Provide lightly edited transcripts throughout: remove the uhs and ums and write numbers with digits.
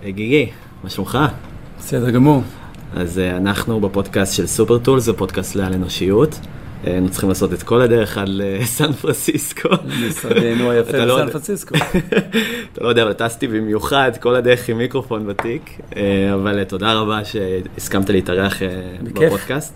גיגי, מה שלומך? בסדר גמור. אז אנחנו בפודקאסט של סופר טולס, זה פודקאסט לעל אנושיות. אנחנו צריכים לעשות את כל הדרך עד לסן פרנסיסקו. משרדנו היפה בסן פרנסיסקו. אתה לא יודע, אבל טסתי במיוחד כל הדרך עם מיקרופון בתיק, אבל תודה רבה שהסכמת להתארח בפודקאסט.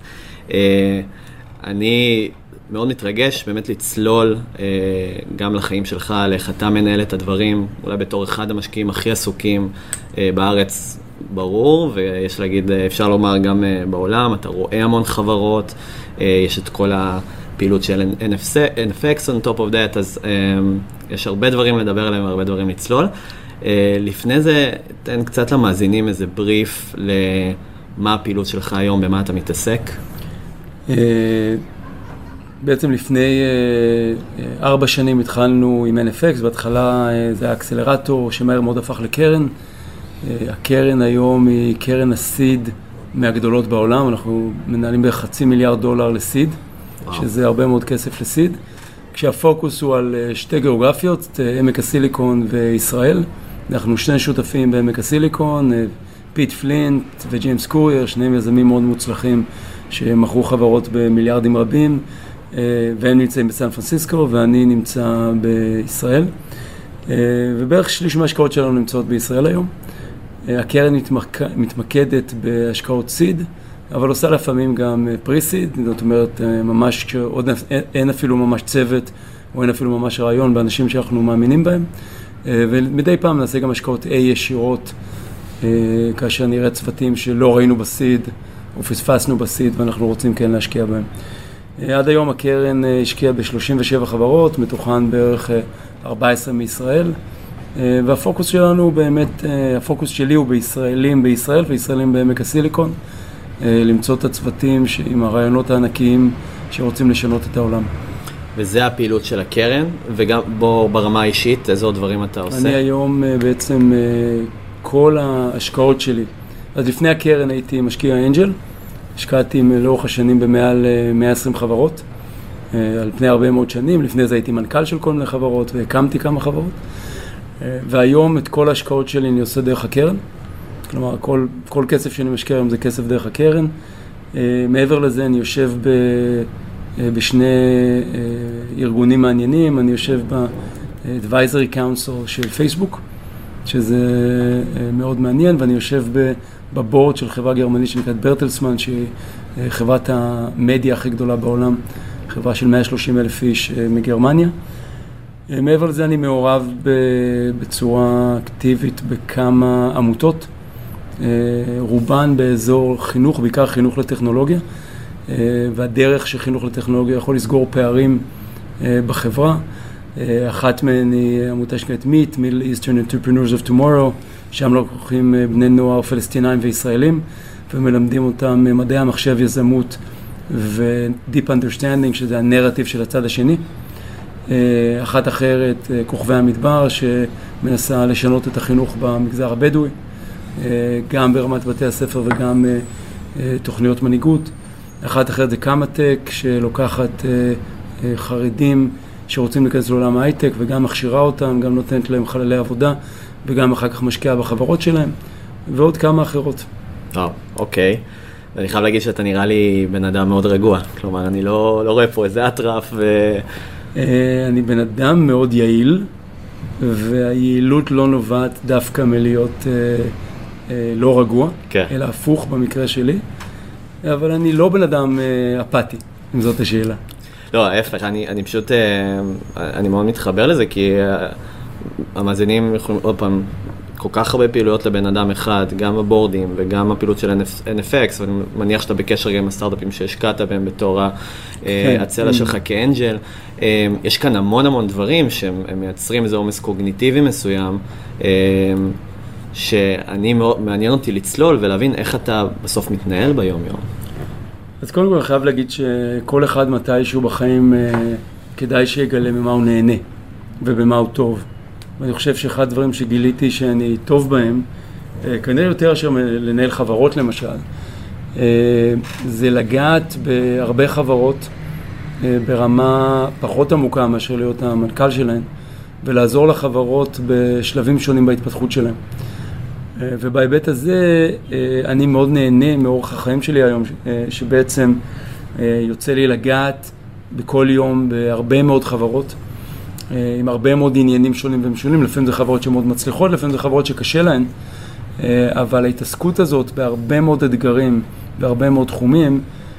אני מאוד מתרגש באמת לצלול גם לחיים שלך, לאיך אתה מנהל את הדברים, אולי בתור אחד המשקיעים הכי עסוקים בארץ, ברור, ויש להגיד, אפשר לומר גם בעולם, אתה רואה המון חברות, יש את כל הפעילות של NFX on top of that, אז יש הרבה דברים לדבר עליהם, הרבה דברים לצלול. לפני זה, תן קצת למאזינים איזה בריף למה הפעילות שלך היום, במה אתה מתעסק. בעצם לפני 4 שנים התחלנו עם NFX, בהתחלה זה האקסלרטור שמהר מאוד הפך לקרן. הקרן היום היא קרן הסיד מהגדולות בעולם, אנחנו מנהלים ב$500 מיליארד לסיד, שזה הרבה מאוד כסף לסיד, כשהפוקוס הוא על 2 גיאוגרפיות, עמק הסיליקון וישראל. אנחנו 2 שותפים בעמק הסיליקון, פיט פלינט וג'יימס קורייר, 2 יזמים מאוד מוצלחים שמכרו חברות במיליארדים רבים, והם נמצאים בסן פרנסיסקו ואני נמצא בישראל, ובערך שליש מההשקעות שלנו נמצאות בישראל היום. הקרן מתמקדת בהשקעות סיד, אבל עושה לפעמים גם פרי-סיד, זאת אומרת, ממש כשעוד אין אפילו ממש צוות, או אין אפילו ממש רעיון באנשים שאנחנו מאמינים בהם, ומדי פעם נעשה גם השקעות A ישירות, כאשר נראה צוותים שלא ראינו בסיד, או פספסנו בסיד, ואנחנו רוצים כן להשקיע בהם. עד היום הקרן השקיעה ב-37 חברות, מתוכן בערך 14 מישראל, והפוקוס שלנו באמת, הפוקוס שלי הוא בישראלים בישראל וישראלים בעמק הסיליקון, למצוא את הצוותים עם הרעיונות הענקיים שרוצים לשנות את העולם. וזה הפעילות של הקרן, וגם בו ברמה האישית, איזה עוד דברים אתה עושה? אני היום בעצם כל ההשקעות שלי, אז לפני הקרן הייתי משקיע אנג'ל, השקעתי לאורך השנים במעל 120 חברות, על פני הרבה מאוד שנים, לפני זה הייתי מנכ"ל של כל מיני חברות והקמתי כמה חברות, והיום את כל ההשקעות שלי אני עושה דרך הקרן, כלומר כל כסף שאני משקיע היום זה כסף דרך הקרן. מעבר לזה אני יושב בשני ארגונים מעניינים, אני יושב ב-Advisory Council של פייסבוק, שזה מאוד מעניין, ואני יושב בבורד של חברה גרמנית שנקראת ברטלסמן, שהיא חברת המדיה הכי גדולה בעולם, חברה של 130,000 איש מגרמניה. מעבר לזה אני מעורב בצורה אקטיבית בכמה עמותות, רובן באזור חינוך, בעיקר חינוך לטכנולוגיה, והדרך שחינוך לטכנולוגיה יכול לסגור פערים בחברה. אחת מהן היא עמותה שנקראת MIT, Middle Eastern Entrepreneurs of Tomorrow, שם לוקחים בני נוער פלסטינאים וישראלים, ומלמדים אותם מדעי המחשב, יזמות ו-Deep Understanding, שזה הנרטיב של הצד השני. אחת אחרת, כוכבי המדבר, שמנסה לשנות את החינוך במגזר הבדואי, גם ברמת בתי הספר וגם תוכניות מנהיגות. אחת אחרת זה קמא-טק, שלוקחת חרדים שרוצים להיכנס לעולם ההייטק, וגם מכשירה אותם, גם נותנת להם חללי עבודה, וגם אחר כך משקיעה בחברות שלהם, ועוד כמה אחרות. אוקיי. אני חייב להגיד שאתה נראה לי בן אדם מאוד רגוע. כלומר, אני לא רואה פה איזה אטרף אני בן אדם מאוד יעיל, והיעילות לא נובעת דווקא מלהיות לא רגוע, אלא הפוך במקרה שלי, אבל אני לא בן אדם אפאתי, אם זאת השאלה. לא, ההפך, אני פשוט, אני מאוד מתחבר לזה, כי המאזינים יכולים עוד פעם, כל כך הרבה פעילויות לבן אדם אחד, גם בבורדים וגם הפעילות של NFX, ואני מניח שאתה בקשר גם עם הסטארט-אפים שהשקעת בהם בתור הצלע שלך כאנג'ל. יש כאן המון דברים שהם מייצרים איזה עומס קוגניטיבי מסוים, שאני מעניין אותי לצלול ולהבין איך אתה בסוף מתנהל ביום יום. אז קודם כל אני חייב להגיד שכל אחד מתישהו בחיים כדאי שיגלה ממה הוא נהנה ובמה הוא טוב. ואני חושב שאחד הדברים שגיליתי שאני טוב בהם, כנראה יותר אשר לנהל חברות למשל, זה לגעת בהרבה חברות ברמה פחות עמוקה מאשר להיות המנכ"ל שלהן, ולעזור לחברות בשלבים שונים בהתפתחות שלהן. ובהיבט הזה אני מאוד נהנה מאורח החיים שלי היום, שבעצם יוצא לי לגעת בכל יום בהרבה מאוד חברות, עם הרבה מאוד עניינים שונים ומשונים, לפעמים זה חברות שמאוד מצליחות, לפעמים זה חברות שקשה להן, אבל ההתעסקות הזאת בהרבה מאוד אתגרים, בהרבה מאוד תחומים,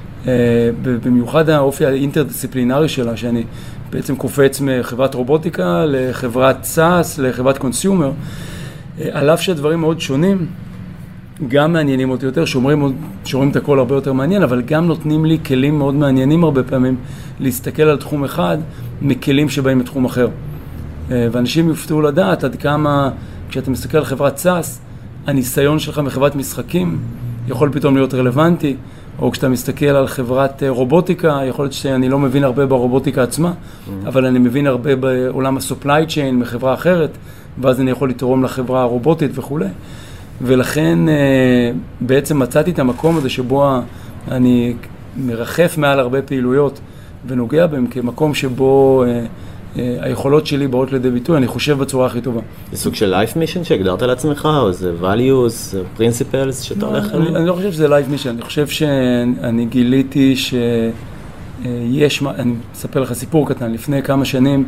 במיוחד האופי האינטרדיסציפלינרי שלה, שאני בעצם קופץ מחברת רובוטיקה לחברת סאס, לחברת קונסיומר, על אף שהדברים מאוד שונים, גם מעניינים אותי יותר, שומרים את הכל הרבה יותר מעניין, אבל גם נותנים לי כלים מאוד מעניינים הרבה פעמים להסתכל על תחום אחד מכלים שבאים מתחום אחר. ואנשים יופתעו לדעת עד כמה, כשאתה מסתכל על חברת סאס, הניסיון שלך מחברת משחקים יכול פתאום להיות רלוונטי, או כשאתה מסתכל על חברת רובוטיקה, יכול להיות שאני לא מבין הרבה ברובוטיקה עצמה, אבל אני מבין הרבה בעולם ה-supply chain מחברה אחרת, ואז אני יכול לתרום לחברה הרובוטית וכו'. ולכן בעצם מצאתי את המקום הזה שבו אני מרחף מעל הרבה פעילויות ונוגע בהם כמקום שבו היכולות שלי באות לידי ביטוי, אני חושב בצורה הכי טובה. זה סוג של life mission שהגדרת לעצמך, או זה values, principles שאתה הולך אליהם? אני לא חושב שזה life mission, אני חושב שאני גיליתי שיש, אני אספר לך סיפור קטן, לפני כמה שנים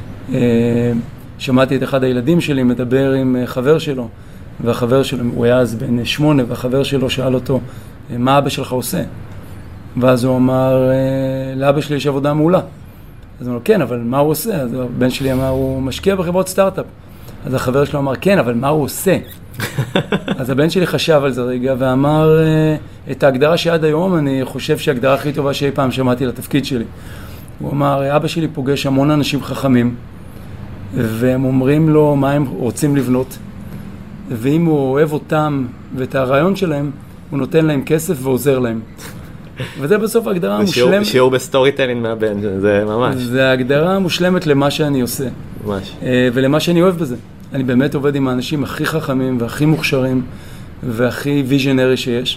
שמעתי את אחד הילדים שלי מדבר עם חבר שלו, והחבר שלו, הוא היה אז בן 8, והחבר שלו שאל אותו, מה אבא שלך עושה? ואז הוא אמר, לאבא שלי יש עבודה מעולה. אז הוא אמר, כן, אבל מה הוא עושה? אז הבן שלי אמר, הוא משקיע בחברות סטארט-אפ. אז החבר שלו אמר, כן, אבל מה הוא עושה? אז הבן שלי חשב על זה רגע, ואמר, את ההגדרה שעד היום, אני חושב שההגדרה הכי טובה שאי פעם שמעתי לתפקיד שלי. הוא אמר, אבא שלי פוגש המון אנשים חכמים, והם אומרים לו מה הם רוצים לבנות, ואם הוא אוהב אותם ואת הרעיון שלהם, הוא נותן להם כסף ועוזר להם. וזה בסוף ההגדרה המושלמת. שיעור בסטורי טיילינג מהבן, זה ממש. זה ההגדרה המושלמת למה שאני עושה. ממש. ולמה שאני אוהב בזה. אני באמת עובד עם האנשים הכי חכמים והכי מוכשרים והכי ויז'נרי שיש.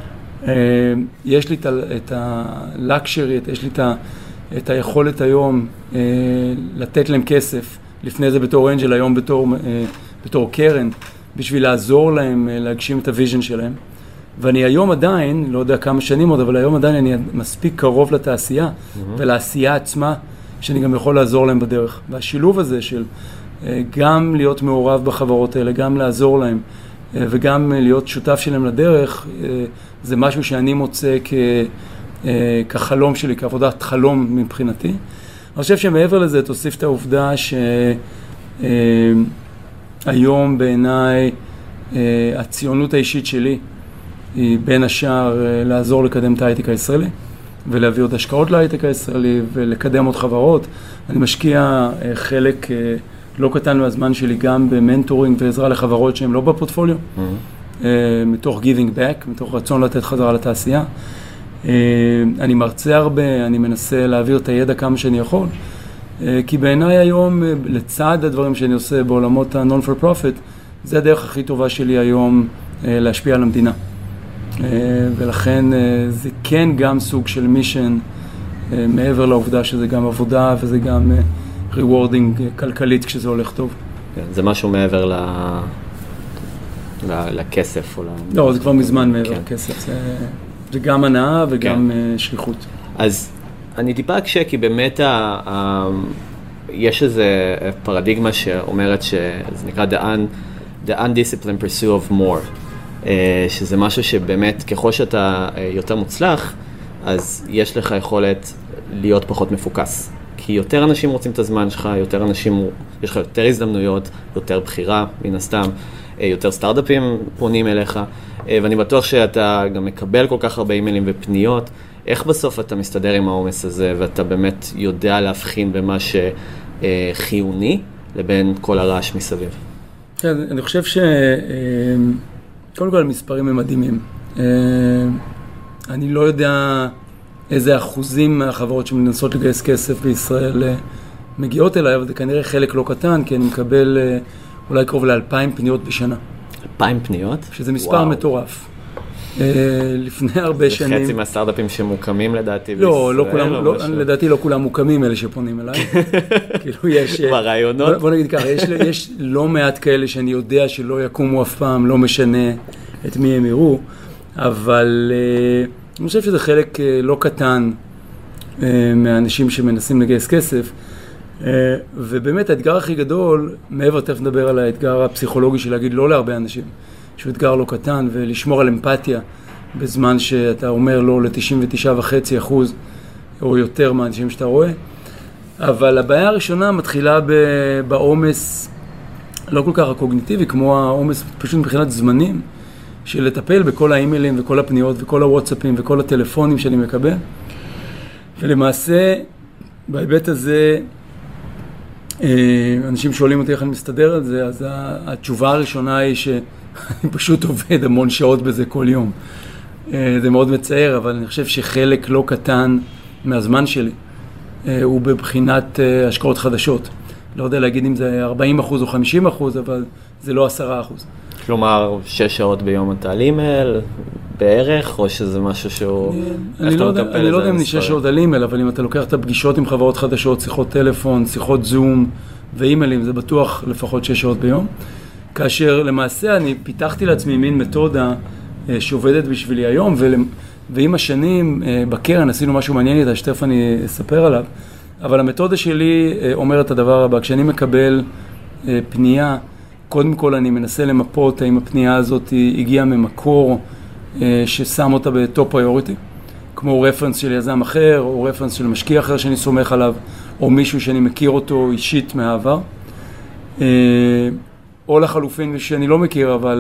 יש לי את הלקשרי, יש לי את היכולת היום לתת להם כסף, לפני זה בתור אנג'ל, היום בתור קרן, בשביל לעזור להם להגשים את הוויז'ן שלהם. ואני היום עדיין, לא יודע כמה שנים עוד, אבל היום עדיין אני מספיק קרוב לתעשייה ולעשייה עצמה, שאני גם יכול לעזור להם בדרך. והשילוב הזה של גם להיות מעורב בחברות האלה, גם לעזור להם, וגם להיות שותף שלהם לדרך, זה משהו שאני מוצא כחלום שלי, כעבודת חלום מבחינתי. אני חושב שמעבר לזה תוסיף את העובדה שהיום בעיניי הציונות האישית שלי היא בין השאר לעזור לקדם את ההייטק הישראלי ולהביא עוד השקעות להייטק הישראלי ולקדם עוד חברות. אני משקיע חלק לא קטן מהזמן שלי גם במנטורינג ועזרה לחברות שהן לא בפורטפוליו, מתוך giving back, מתוך רצון לתת חזרה לתעשייה. אני מרצה הרבה, אני מנסה להעביר את הידע כמה שאני יכול, כי בעיניי היום, לצד הדברים שאני עושה בעולמות ה-non-for-profit, זה הדרך הכי טובה שלי היום להשפיע על המדינה. ולכן זה כן גם סוג של מישן, מעבר לעובדה שזה גם עבודה וזה גם rewarding כלכלית כשזה הולך טוב. זה משהו מעבר לכסף? לא, זה כבר מזמן מעבר לכסף. זה גם הנאה וגם שליחות. אז אני טיפה אקשה, כי באמת יש איזה פרדיגמה שאומרת שזה נקרא the undisciplined pursuit of more, שזה משהו שבאמת ככל שאתה יותר מוצלח, אז יש לך יכולת להיות פחות מפוקס. כי יותר אנשים רוצים את הזמן שלך, יותר אנשים, יש לך יותר הזדמנויות, יותר בחירה, מן הסתם, יותר סטארט-אפים פונים אליך, ואני בטוח שאתה גם מקבל כל כך הרבה אימיילים ופניות. איך בסוף אתה מסתדר עם העומס הזה, ואתה באמת יודע להבחין במה שחיוני לבין כל הרעש מסביב? כן, אני חושב קודם כל המספרים הם מדהימים. אני לא יודע איזה אחוזים מהחברות שמנסות לגייס כסף בישראל מגיעות אליי, אבל זה כנראה חלק לא קטן, כי אני מקבל אולי קרוב ל2,000 פניות בשנה. 2,000 פניות? שזה מספר מטורף. לפני הרבה שנים. חצי מהסטארט-אפים שמוקמים לדעתי לא, לא כולם, לדעתי לא כולם מוקמים אלה שפונים אליי. כאילו יש... ברעיונות. בוא נגיד ככה, יש לא מעט כאלה שאני יודע שלא יקומו אף פעם, לא משנה את מי הם יראו, אבל אני חושב שזה חלק לא קטן מהאנשים שמנסים לגייס כסף, ובאמת האתגר הכי גדול, מעבר תכף נדבר על האתגר הפסיכולוגי של להגיד לא להרבה אנשים, שהוא אתגר לא קטן, ולשמור על אמפתיה בזמן שאתה אומר לא ל-99.5% או יותר מהאנשים שאתה רואה. אבל הבעיה הראשונה מתחילה בעומס לא כל כך הקוגניטיבי, כמו העומס פשוט מבחינת זמנים, של לטפל בכל האימיילים וכל הפניות וכל הוואטסאפים וכל הטלפונים שאני מקבל. ולמעשה, בהיבט הזה, אנשים שואלים אותי איך אני מסתדר את זה, אז התשובה הראשונה היא שאני פשוט עובד המון שעות בזה כל יום. זה מאוד מצער, אבל אני חושב שחלק לא קטן מהזמן שלי הוא בבחינת השקעות חדשות. לא יודע להגיד אם זה 40% או 50%, אבל זה לא 10%. כלומר, 6 שעות ביום אתה על אימייל בערך, או שזה משהו שהוא... אני לא יודע אם 6 שעות על אימייל, אבל אם אתה לוקח את הפגישות עם חברות חדשות, שיחות טלפון, שיחות זום ואימיילים, זה בטוח לפחות 6 שעות ביום. כאשר למעשה אני פיתחתי לעצמי מין מתודה שעובדת בשבילי היום, ועם השנים בקרן עשינו משהו מעניין איתה, שתכף אני אספר עליו, אבל המתודה שלי אומרת את הדבר הבא, כשאני מקבל פנייה, קודם כל אני מנסה למפות האם הפנייה הזאת הגיעה ממקור ששם אותה בטופ פריוריטי, כמו רפרנס של יזם אחר, או רפרנס של משקיע אחר שאני סומך עליו, או מישהו שאני מכיר אותו אישית מהעבר, או לחלופין מישהו שאני לא מכיר, אבל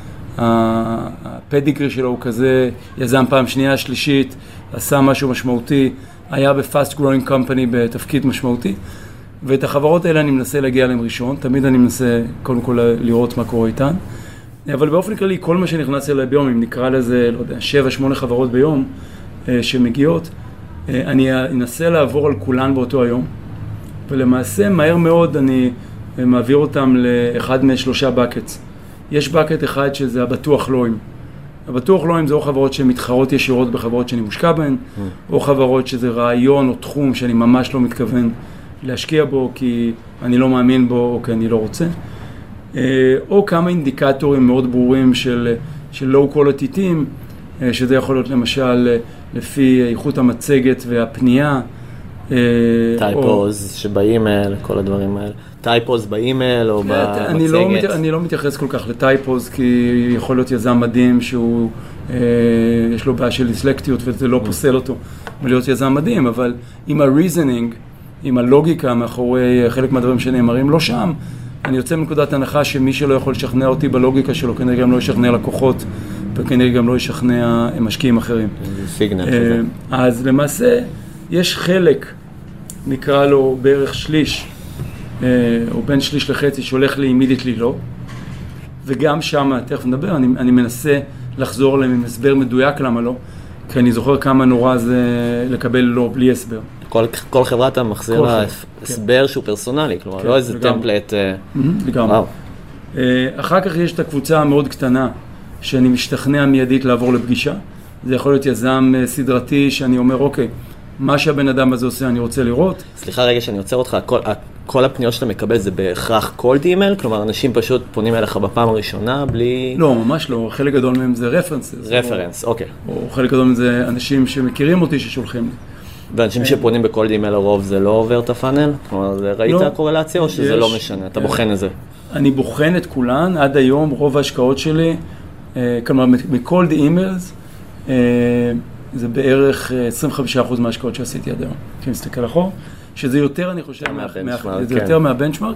הפדיגרי שלו הוא כזה, יזם פעם שנייה, שלישית, עשה משהו משמעותי, היה ב-fast growing company בתפקיד משמעותי, ואת החברות האלה אני מנסה להגיע להם ראשון, תמיד אני מנסה קודם כל לראות מה קורה איתן, אבל באופן כללי כל מה שנכנס אליי ביום, אם נקרא לזה, לא יודע, 7-8 חברות ביום שמגיעות, אני אנסה לעבור על כולן באותו היום, ולמעשה מהר מאוד אני מעביר אותם לאחד משלושה בקטס. יש בקט אחד שזה הבטוח לואים. הבטוח לואים זה או חברות שמתחרות ישירות בחברות שאני מושקע בהן, או חברות שזה רעיון או תחום שאני ממש לא מתכוון להשקיע בו כי אני לא מאמין בו או כי אני לא רוצה. או כמה אינדיקטורים מאוד ברורים של low quality team, שזה יכול להיות למשל לפי איכות המצגת והפנייה. טייפוז שבאימייל, כל הדברים האלה. טייפוז באימייל או במצגת. אני לא מתייחס כל כך לטייפוז, כי יכול להיות יזם מדהים שהוא, יש לו בעיה של דיסלקטיות וזה לא פוסל אותו ולהיות יזם מדהים, אבל עם ה-reasoning, עם הלוגיקה מאחורי חלק מהדברים שנאמרים לא שם, אני יוצא מנקודת הנחה שמי שלא יכול לשכנע אותי בלוגיקה שלו, כנראה גם לא ישכנע לקוחות, וכנראה גם לא ישכנע משקיעים אחרים. אז למעשה יש חלק, נקרא לו בערך שליש, או בין שליש לחצי, שהולך לי immediately לא, וגם שם, תכף נדבר, אני מנסה לחזור עליהם עם הסבר מדויק למה לא, כי אני זוכר כמה נורא זה לקבל לא בלי הסבר. כל חברה אתה מחזיר לה הסבר שהוא פרסונלי, כלומר לא איזה טמפלט. לגמרי. אחר כך יש את הקבוצה המאוד קטנה, שאני משתכנע מיידית לעבור לפגישה. זה יכול להיות יזם סדרתי שאני אומר, אוקיי, מה שהבן אדם הזה עושה אני רוצה לראות. סליחה רגע שאני עוצר אותך, כל הפניות שאתה מקבל זה בהכרח cold email? כלומר אנשים פשוט פונים אליך בפעם הראשונה בלי... לא, ממש לא, חלק גדול מהם זה רפרנסס. רפרנס, אוקיי. או חלק גדול מהם זה אנשים שמכירים אותי ששולחים לי. ואנשים שפונים בקולד אימייל לרוב זה לא עובר את הפאנל? כלומר, ראית הקורלציה או שזה לא משנה? אתה בוחן את זה? אני בוחן את כולן, עד היום רוב ההשקעות שלי, כלומר מקולד אימיילס, זה בערך 25% מההשקעות שעשיתי עד היום, כי מסתכל אחורה, שזה יותר, אני חושב, זה יותר מהבנצ'מרק.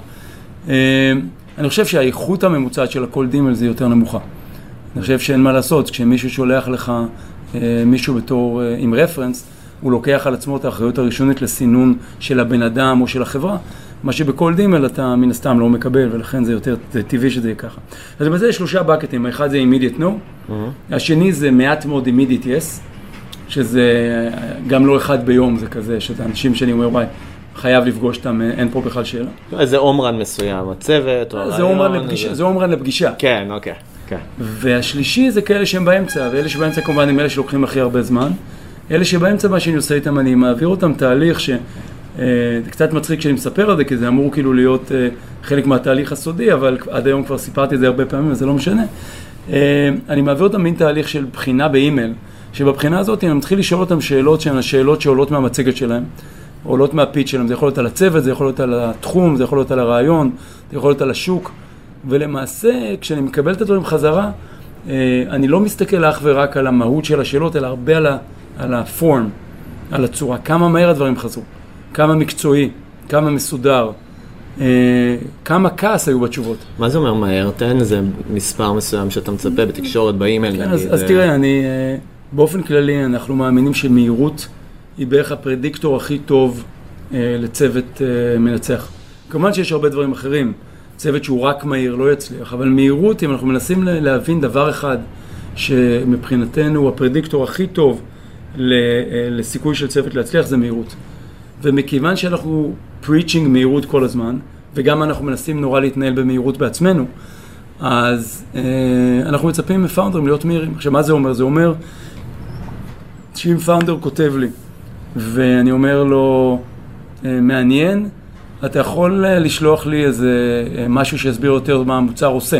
אני חושב שהאיכות הממוצעת של הקולד אימייל זה יותר נמוכה. אני חושב שאין מה לעשות, כשמישהו שולח לך מישהו בתור עם רפרנס, הוא לוקח על עצמו את האחריות הראשונית לסינון של הבן אדם או של החברה, מה שבקולד אימייל אתה מן הסתם לא מקבל, ולכן זה יותר טבעי שזה יהיה ככה. אז בזה יש 3 בקטים, האחד זה immediate no, השני זה מעט מאוד immediate yes, שזה גם לא אחד ביום, זה כזה, שזה אנשים שאני אומר, וואי, חייב לפגוש אותם, אין פה בכלל שאלה. איזה אומרן מסוים, הצוות או הרעיון. זה אומרן לפגישה. כן, אוקיי. כן. והשלישי זה כאלה שהם באמצע, ואלה שבאמצע כמובן הם אלה שלוקחים הכי הרבה זמן. אלה שבאמצע מה שאני עושה איתם, אני מעביר אותם תהליך זה קצת מצחיק כשאני מספר על זה, כי זה אמור כאילו להיות חלק מהתהליך הסודי, אבל עד היום כבר סיפרתי את זה הרבה פעמים, אז זה לא משנה. אני מעביר אותם מין תהליך של בחינה באימייל, שבבחינה הזאת אני מתחיל לשאול אותם שאלות שהן השאלות שעולות מהמצגת שלהם, עולות מהפיץ' שלהם, זה יכול להיות על הצוות, זה יכול להיות על התחום, זה יכול להיות על הרעיון, זה יכול להיות על השוק, ולמעשה כשאני מקבל את הדברים חזרה, אני לא מסתכל אך ורק על המהות של השאלות, אלא הרבה על הפורם, על הצורה, כמה מהר הדברים חזרו, כמה מקצועי, כמה מסודר, כמה כעס היו בתשובות. מה זה אומר מהר? תן איזה מספר מסוים שאתה מצפה בתקשורת באימייל. כן, אז תראה, באופן כללי אנחנו מאמינים שמהירות היא בערך הפרדיקטור הכי טוב לצוות מנצח. כמובן שיש הרבה דברים אחרים, צוות שהוא רק מהיר לא יצליח, אבל מהירות, אם אנחנו מנסים להבין דבר אחד שמבחינתנו הוא הפרדיקטור הכי טוב לסיכוי של צוות להצליח, זה מהירות. ומכיוון שאנחנו preaching מהירות כל הזמן, וגם אנחנו מנסים נורא להתנהל במהירות בעצמנו, אז אנחנו מצפים מפאונדרים להיות מהירים. עכשיו, מה זה אומר? זה אומר שאם פאונדר כותב לי, ואני אומר לו, מעניין, אתה יכול לשלוח לי איזה משהו שיסביר יותר מה המוצר עושה.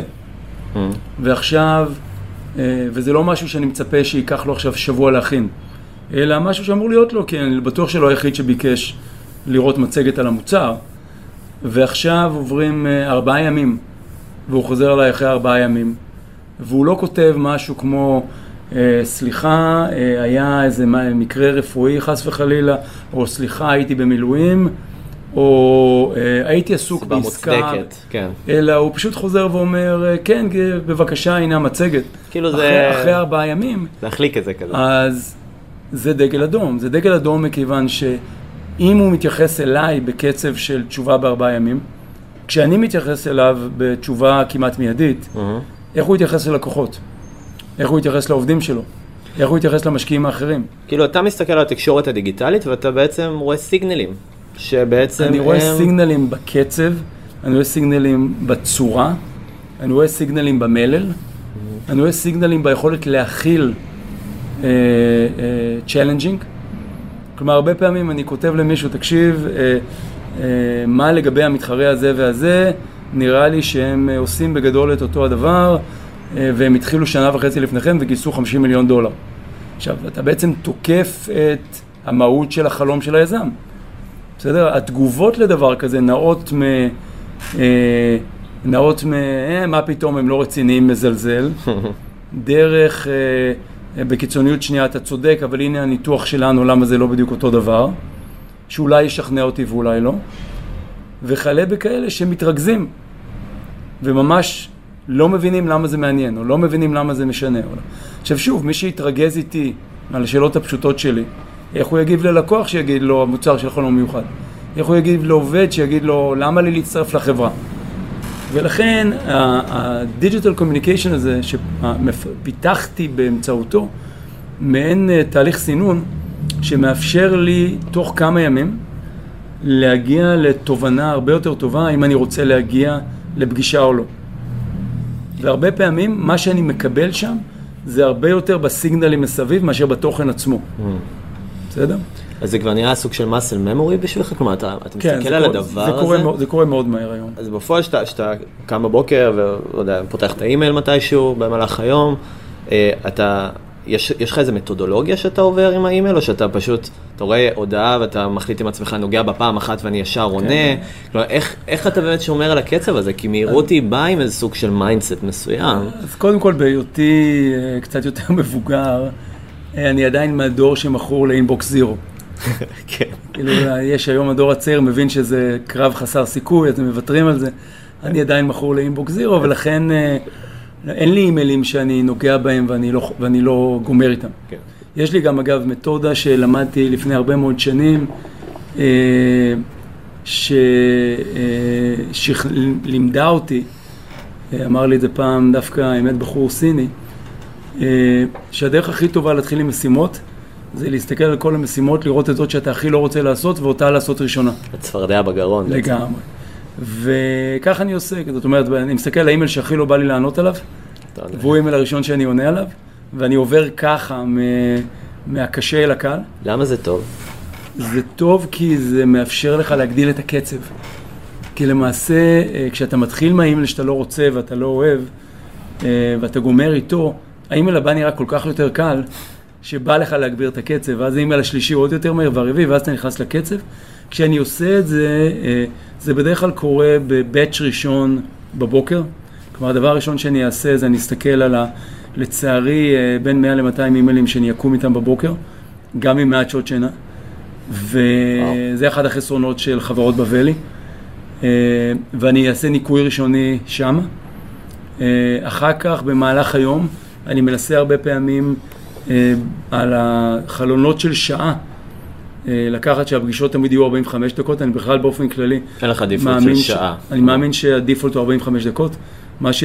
ועכשיו, וזה לא משהו שאני מצפה שיקח לו עכשיו שבוע להכין, אלא משהו שאמור להיות לו, כי אני בטוח שלא היחיד שביקש לראות מצגת על המוצר, ועכשיו עוברים 4 ימים, והוא חוזר אליי אחרי 4 ימים, והוא לא כותב משהו כמו, סליחה, היה איזה מקרה רפואי חס וחלילה, או סליחה, הייתי במילואים, או הייתי עסוק בעסקה, כן. אלא הוא פשוט חוזר ואומר, כן, בבקשה, הנה המצגת. כאילו זה... אחרי 4 ימים. להחליק את זה כזה. אז זה דגל אדום. זה דגל אדום מכיוון שאם הוא מתייחס אליי בקצב של תשובה ב4 ימים, כשאני מתייחס אליו בתשובה כמעט מיידית, איך הוא יתייחס ללקוחות? איך הוא יתייחס לעובדים שלו? איך הוא יתייחס למשקיעים האחרים? כאילו אתה מסתכל על התקשורת הדיגיטלית ואתה בעצם רואה סיגנלים. שבעצם אני רואה סיגנלים בקצב, אני רואה סיגנלים בצורה, אני רואה סיגנלים במלל, אני רואה סיגנלים ביכולת להכיל צ'לנג'ינג. כלומר, הרבה פעמים אני כותב למישהו, תקשיב, מה לגבי המתחרה הזה והזה, נראה לי שהם עושים בגדול את אותו הדבר, והם התחילו 1.5 שנה לפניכם וגייסו $50 מיליון. עכשיו, אתה בעצם תוקף את המהות של החלום של היזם. בסדר? התגובות לדבר כזה נעות מה פתאום הם לא רציניים, מזלזל, דרך, בקיצוניות שנייה אתה צודק, אבל הנה הניתוח שלנו למה זה לא בדיוק אותו דבר, שאולי ישכנע אותי ואולי לא, וחלה בכאלה שמתרכזים, וממש לא מבינים למה זה מעניין, או לא מבינים למה זה משנה. עכשיו שוב, מי שיתרגז איתי על השאלות הפשוטות שלי, איך הוא יגיב ללקוח שיגיד לו המוצר שלך לא מיוחד? איך הוא יגיב לעובד שיגיד לו למה לי להצטרף לחברה? ולכן ה-digital communication הזה שפיתחתי באמצעותו, מעין תהליך סינון שמאפשר לי תוך כמה ימים להגיע לתובנה הרבה יותר טובה אם אני רוצה להגיע לפגישה או לא. והרבה פעמים מה שאני מקבל שם זה הרבה יותר בסיגנלים מסביב מאשר בתוכן עצמו. בסדר? אז זה כבר נראה סוג של muscle memory בשבילך? כלומר, אתה מסתכל על הדבר הזה? זה קורה מאוד מהר היום. אז בפועל שאתה קם בבוקר ולא יודע, פותח את האימייל מתישהו במהלך היום, יש לך איזה מתודולוגיה שאתה עובר עם האימייל, או שאתה פשוט, אתה רואה הודעה ואתה מחליט עם עצמך, נוגע בפעם אחת ואני ישר עונה? כלומר, איך אתה באמת שומר על הקצב הזה? כי מהירות היא באה עם איזה סוג של מיינדסט מסוים. אז קודם כל, בהיותי קצת יותר מבוגר, אני עדיין מהדור שמכור לאינבוקס זירו. כן. כאילו, יש היום הדור הצעיר מבין שזה קרב חסר סיכוי, אז הם מוותרים על זה. אני עדיין מכור לאינבוקס זירו, ולכן אין לי אימיילים שאני נוגע בהם ואני לא גומר איתם. כן. יש לי גם אגב מתודה שלמדתי לפני הרבה מאוד שנים, שלימדה אותי, אמר לי את זה פעם דווקא האמת בחור סיני, שהדרך הכי טובה להתחיל עם משימות, זה להסתכל על כל המשימות, לראות את זאת שאתה הכי לא רוצה לעשות, ואותה לעשות ראשונה. הצפרדע בגרון. לגמרי. וכך אני עושה, זאת אומרת, אני מסתכל על האימייל שהכי לא בא לי לענות עליו, והוא האימייל הראשון שאני עונה עליו, ואני עובר ככה מהקשה אל הקל. למה זה טוב? זה טוב כי זה מאפשר לך להגדיל את הקצב. כי למעשה, כשאתה מתחיל מהאימייל שאתה לא רוצה ואתה לא אוהב, ואתה גומר איתו, האימייל הבא נראה כל כך יותר קל, שבא לך להגביר את הקצב, ואז האימייל השלישי עוד יותר מהר והרביעי, ואז אתה נכנס לקצב. כשאני עושה את זה, זה בדרך כלל קורה בבאץ' ראשון בבוקר. כלומר, הדבר הראשון שאני אעשה זה אני אסתכל על לצערי, בין 100 ל-200 אימיילים שאני אקום איתם בבוקר, גם עם מעט שעות שינה. וזה אחד החסרונות של חברות בבלי. ואני אעשה ניקוי ראשוני שם. אחר כך, במהלך היום, אני מנסה הרבה פעמים על החלונות של שעה, לקחת שהפגישות תמיד יהיו 45 דקות, אני בכלל באופן כללי אין לך דיפולט של שעה. אני מאמין שהדיפולט הוא 45 דקות, מה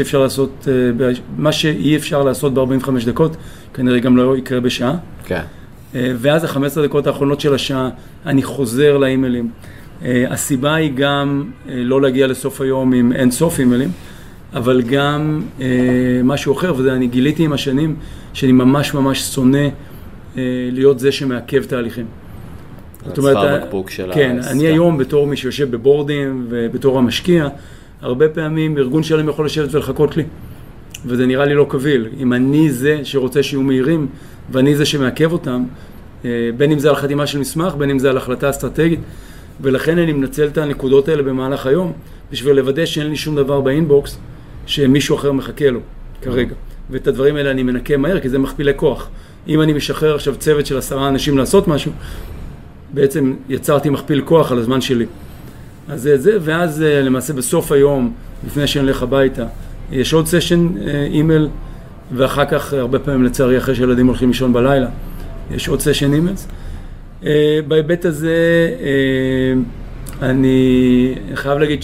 שאי אפשר לעשות ב-45 דקות, כנראה גם לא יקרה בשעה. כן. ואז ה-15 דקות האחרונות של השעה, אני חוזר לאימיילים. הסיבה היא גם לא להגיע לסוף היום עם אין סוף אימיילים, אבל גם משהו אחר, וזה אני גיליתי עם השנים, שאני ממש ממש שונא להיות זה שמעכב תהליכים. זאת אומרת, בקבוק של כן, אני היום בתור מי שיושב בבורדים ובתור המשקיע, הרבה פעמים ארגון שלהם יכול לשבת ולחכות לי, וזה נראה לי לא קביל. אם אני זה שרוצה שיהיו מהירים, ואני זה שמעכב אותם, בין אם זה על חתימה של מסמך, בין אם זה על החלטה אסטרטגית, ולכן אני מנצל את הנקודות האלה במהלך היום, בשביל לוודא שאין לי שום דבר באינבוקס, שמישהו אחר מחכה לו כרגע. ואת הדברים האלה אני מנקה מהר, כי זה מכפילי כוח. אם אני משחרר עכשיו צוות של 10 אנשים לעשות משהו, בעצם יצרתי מכפיל כוח על הזמן שלי. אז זה, ואז למעשה בסוף היום, לפני שאני הולך הביתה, יש עוד סשן אימייל, ואחר כך, הרבה פעמים לצערי, אחרי שילדים הולכים לישון בלילה, יש עוד סשן אימיילס. בהיבט הזה, אני חייב להגיד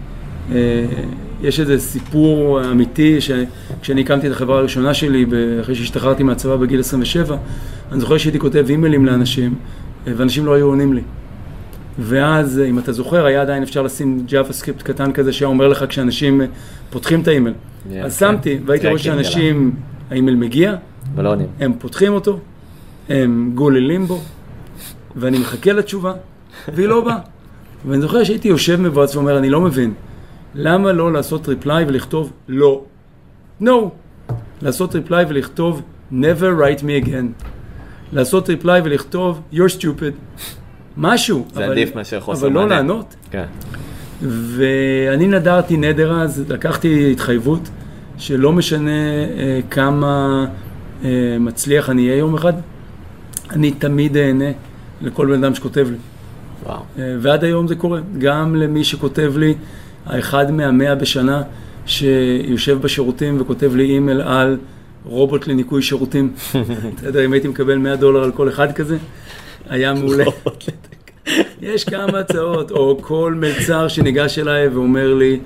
יש איזה סיפור אמיתי, כשאני הקמתי את החברה הראשונה שלי, אחרי שהשתחררתי מהצבא בגיל 27, אני זוכר שהייתי כותב אימיילים לאנשים, ואנשים לא היו עונים לי. ואז, אם אתה זוכר, היה עדיין אפשר לשים JavaScript קטן כזה, שאומר לך כשאנשים פותחים את האימייל. אז שמתי, והייתי רואה שאנשים, האימייל מגיע, הם פותחים אותו, הם גוללים בו, ואני מחכה לתשובה, והיא לא באה. ואני זוכר שהייתי יושב מבועץ ואומר, אני לא מבין, למה לא לעשות ריפליי ולכתוב לא? No. לעשות ריפליי ולכתוב never write me again. לעשות ריפליי ולכתוב you're stupid. משהו. זה עדיף מאשר חוסר מענה. אבל לא לענות. כן. ואני נדרתי נדר אז, לקחתי התחייבות, שלא משנה כמה מצליח אני אהיה יום אחד, אני תמיד אענה לכל בן אדם שכותב לי. וואו. ועד היום זה קורה. גם למי שכותב לי, האחד מה100 בשנה, שיושב בשירותים וכותב לי אימייל על רובוט לניקוי שירותים. אתה יודע, אם הייתי מקבל $100 על כל אחד כזה, היה מעולה. יש כמה הצעות, או כל מלצר שניגש אליי ואומר לי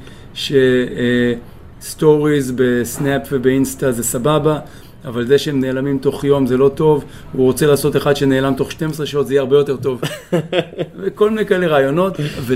שסטוריז בסנאפ ובאינסטה זה סבבה, אבל זה שהם נעלמים תוך יום זה לא טוב, הוא רוצה לעשות אחד שנעלם תוך 12 שעות, זה יהיה הרבה יותר טוב. וכל מיני כאלה רעיונות,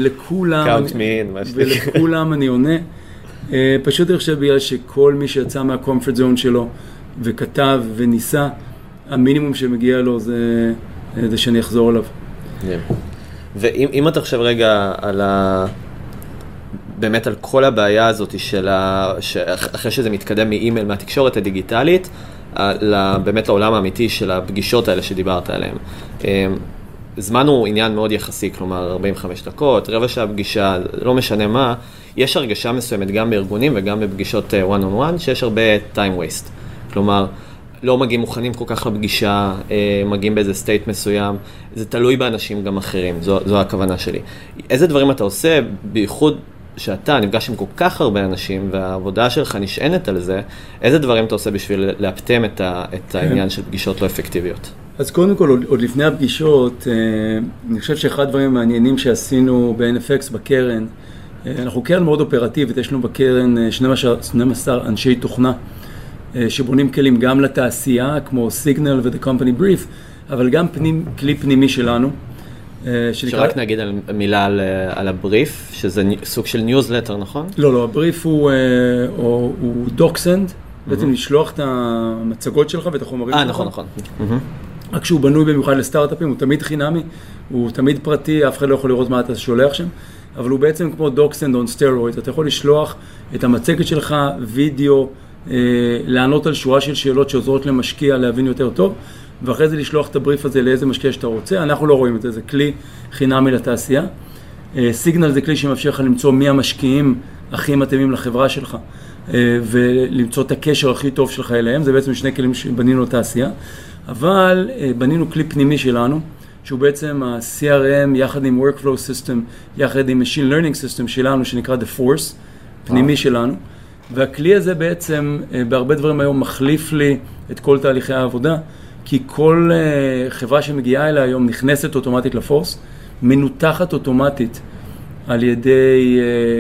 ולכולם אני עונה. פשוט אני חושב בגלל שכל מי שיצא מהקומפורט זון שלו, וכתב וניסה, המינימום שמגיע לו זה שאני אחזור עליו. ואם אתה חושב רגע על באמת על כל הבעיה הזאת אחרי שזה מתקדם מאימייל, מהתקשורת הדיגיטלית, באמת לעולם האמיתי של הפגישות האלה שדיברת עליהן. זמן הוא עניין מאוד יחסי, כלומר 45 דקות, רבע שעה פגישה, לא משנה מה, יש הרגשה מסוימת גם בארגונים וגם בפגישות one on one, שיש הרבה time waste. כלומר, לא מגיעים מוכנים כל כך לפגישה, מגיעים באיזה סטייט מסוים, זה תלוי באנשים גם אחרים, זו הכוונה שלי. איזה דברים אתה עושה, בייחוד שאתה נפגש עם כל כך הרבה אנשים, והעבודה שלך נשענת על זה, איזה דברים אתה עושה בשביל להפתם את העניין של פגישות לא אפקטיביות? אז קודם כל, עוד לפני הפגישות, אני חושב שאחד הדברים המעניינים שעשינו ב-NFX בקרן, אנחנו קרן מאוד אופרטיבית, יש לנו בקרן 12 אנשי תוכנה, שבונים כלים גם לתעשייה, כמו Signal ו-The Company Brief, אבל גם כלי פנימי שלנו. שרק נגיד מילה על הבריף, שזה סוג של ניוזלטר, נכון? לא, הבריף הוא DocSend, בעצם לשלוח את המצגות שלך ואת החומרים שלך. נכון. רק כשהוא בנוי במיוחד לסטארט-אפים, הוא תמיד חינמי, הוא תמיד פרטי, אף אחד לא יכול לראות מה אתה שולח שם, אבל הוא בעצם כמו דוקסנד on steroids, אתה יכול לשלוח את המצגת שלך, וידאו, לענות על שורה של שאלות שעוזרות למשקיע להבין יותר טוב, ואחרי זה לשלוח את הבריף הזה לאיזה משקיע שאתה רוצה. אנחנו לא רואים את זה, זה כלי חינמי לתעשייה. סיגנל זה כלי שמאפשר לך למצוא מי המשקיעים הכי מתאימים לחברה שלך, ולמצוא את הקשר הכי טוב שלך אליהם. זה בעצם שני כלים שבנינו לתעשייה, אבל בנינו כלי פנימי שלנו, שהוא בעצם ה-CRM יחד עם Workflow System, יחד עם Machine Learning System שלנו, שנקרא The Force, פנימי שלנו. והכלי הזה בעצם, בהרבה דברים היום, מחליף לי את כל תהליכי העבודה, כי כל חברה שמגיעה אליה היום נכנסת אוטומטית לפורס, מנותחת אוטומטית על ידי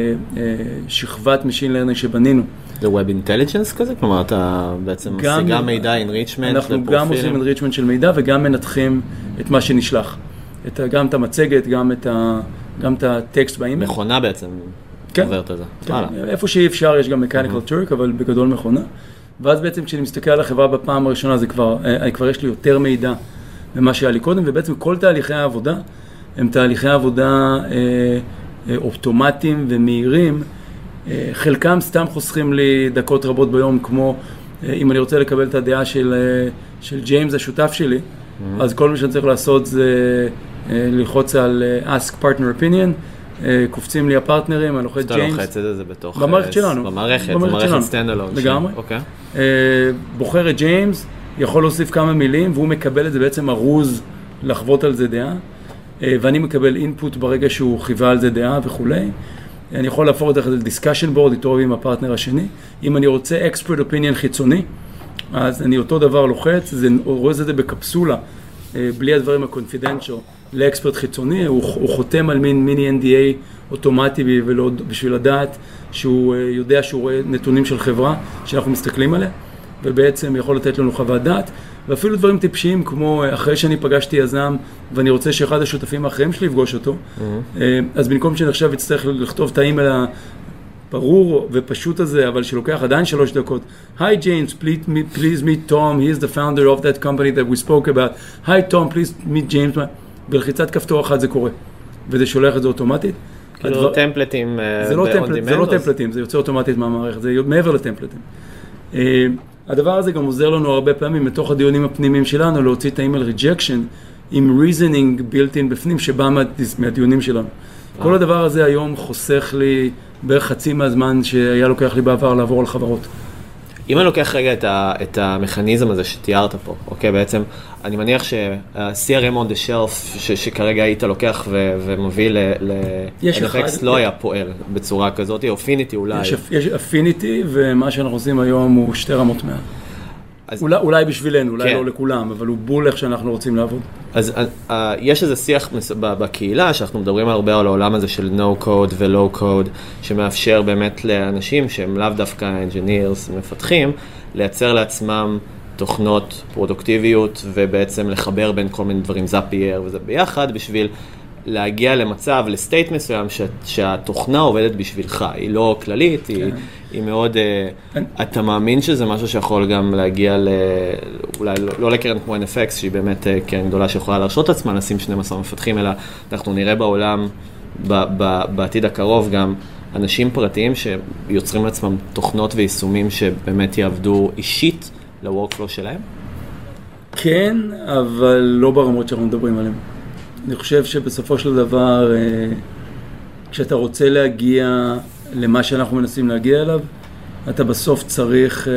שכבת Machine Learning שבנינו. זה Web Intelligence כזה? כלומר, אתה בעצם משיגה מידע, enrichment אנחנו גם עושים enrichment של מידע וגם מנתחים את מה שנשלח. גם את המצגת, גם את הטקסט באימייל. מכונה בעצם עוברת את זה. כן. איפה שאי אפשר יש גם Mechanical Turk, אבל בגדול מכונה. ואז בעצם כשאני מסתכל על החברה בפעם הראשונה, כבר יש לי יותר מידע ממה שהיה לי קודם, ובעצם כל תהליכי העבודה הם תהליכי עבודה אופטומטיים ומהירים. חלקם סתם חוסכים לי דקות רבות ביום, כמו אם אני רוצה לקבל את הדעה של ג'יימס, השותף שלי, אז כל מה שאני צריך לעשות זה ללחוץ על Ask Partner Opinion, קופצים לי הפרטנרים, אני לוחץ ג'יימס. אתה לוחץ את זה בתוך... במערכת שלנו. במערכת סטנדלון. לגמרי. אוקיי. בוחר את ג'יימס, יכול להוסיף כמה מילים, והוא מקבל את זה בעצם ארוז לחוות על זה דעה, ואני מקבל אינפוט ברגע שהוא חיווה על זה דעה וכולי. אני יכול להפוך את זה לדיסקשן בורד, איתו עם הפרטנר השני. אם אני רוצה expert opinion חיצוני, אז אני אותו דבר לוחץ, רואה את זה בקפסולה, בלי הדברים ה-confidential, לאקספרט חיצוני, הוא חותם על מיני NDA אוטומטי בשביל לדעת שהוא יודע שהוא רואה נתונים של חברה שאנחנו מסתכלים עליה, ובעצם יכול לתת לנו חוות דעת, ואפילו דברים טיפשיים כמו אחרי שאני פגשתי יזם ואני רוצה שאחד השותפים האחרים שלי יפגוש אותו, אז במקום שאני עכשיו אצטרך לכתוב את האימייל ברור ופשוט הזה, אבל שלוקח עדיין 3 דקות. Hi James, please meet Tom, he is the founder of that company that we spoke about. Hi Tom, please meet James. בלחיצת כפתור אחת זה קורה, וזה שולח את זה אוטומטית. כאילו טמפלטים זה לא טמפלטים, זה יוצא אוטומטית מהמערכת, זה מעבר לטמפלטים. הדבר הזה גם עוזר לנו הרבה פעמים מתוך הדיונים הפנימיים שלנו להוציא את האימייל rejection עם reasoning built in בפנים שבא מהדיונים שלנו. כל הדבר הזה היום חוסך לי בערך חצי מהזמן שהיה לוקח לי בעבר לעבור על חברות. אם אני לוקח רגע את המכניזם הזה שתיארת פה, אוקיי, בעצם אני מניח שה-CRM on the shelf שכרגע היית לוקח ומביא ל-NFX לא היה פועל בצורה כזאת, או Affinity אולי. יש Affinity, ומה שאנחנו עושים היום הוא 2 רמות מעל. אולי בשבילנו, אולי לא לכולם, אבל הוא בול איך שאנחנו רוצים לעבוד. אז יש איזה שיח בקהילה שאנחנו מדברים הרבה על העולם הזה של no code ו-low code, שמאפשר באמת לאנשים שהם לאו דווקא engineers מפתחים, לייצר לעצמם תוכנות פרודוקטיביות ובעצם לחבר בין כל מיני דברים, זאפייר וזה ביחד, בשביל להגיע למצב, לסטייט מסוים שהתוכנה עובדת בשבילך, היא לא כללית, היא מאוד, אתה מאמין שזה משהו שיכול גם להגיע אולי לא לקרן כמו NFX, שהיא באמת קרן גדולה שיכולה להרשות עצמה, לשים 12 מפתחים, אלא אנחנו נראה בעולם, בעתיד הקרוב גם אנשים פרטיים שיוצרים לעצמם תוכנות ויישומים שבאמת יעבדו אישית ל-workflow שלהם? כן, אבל לא ברמות שאנחנו מדברים עליהם. אני חושב שבסופו של דבר, כשאתה רוצה להגיע למה שאנחנו מנסים להגיע אליו, אתה בסוף צריך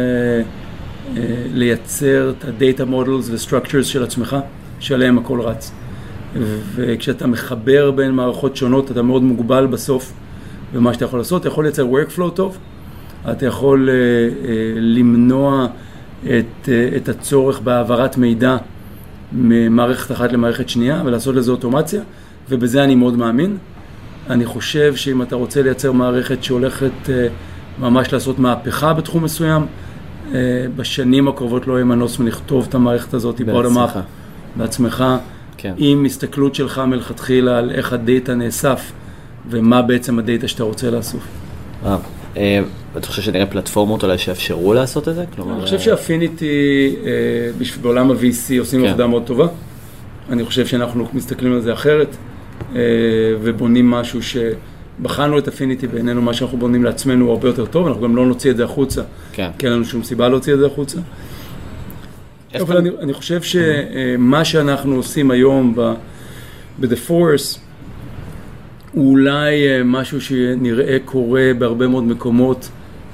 לייצר את ה-data models ו-structures של עצמך, שעליהם הכל רץ. וכשאתה מחבר בין מערכות שונות, אתה מאוד מוגבל בסוף במה שאתה יכול לעשות. אתה יכול לייצר workflow טוב, אתה יכול למנוע את הצורך בהעברת מידע ממערכת אחת למערכת שנייה, ולעשות לזה אוטומציה, ובזה אני מאוד מאמין. אני חושב שאם אתה רוצה לייצר מערכת שהולכת ממש לעשות מהפכה בתחום מסוים, בשנים הקרובות לא יהיה מנוס מלכתוב את המערכת הזאת בעצמך, כן. עם הסתכלות שלך מלכתחילה על איך הדאטה נאסף, ומה בעצם הדאטה שאתה רוצה לאסוף. אתה חושב שנראה פלטפורמות אולי שאפשרו לעשות את זה? אני חושב שאפיניטי בעולם ה-VC עושים עבודה מאוד טובה. אני חושב שאנחנו מסתכלים על זה אחרת, ובונים משהו שבחנו את אפיניטי בעינינו, מה שאנחנו בונים לעצמנו הוא הרבה יותר טוב, אנחנו גם לא נוציא את זה החוצה, כי אין לנו שום סיבה להוציא את זה החוצה. אבל אני חושב שמה שאנחנו עושים היום ב-The Force, הוא אולי משהו שנראה קורה בהרבה מאוד מקומות,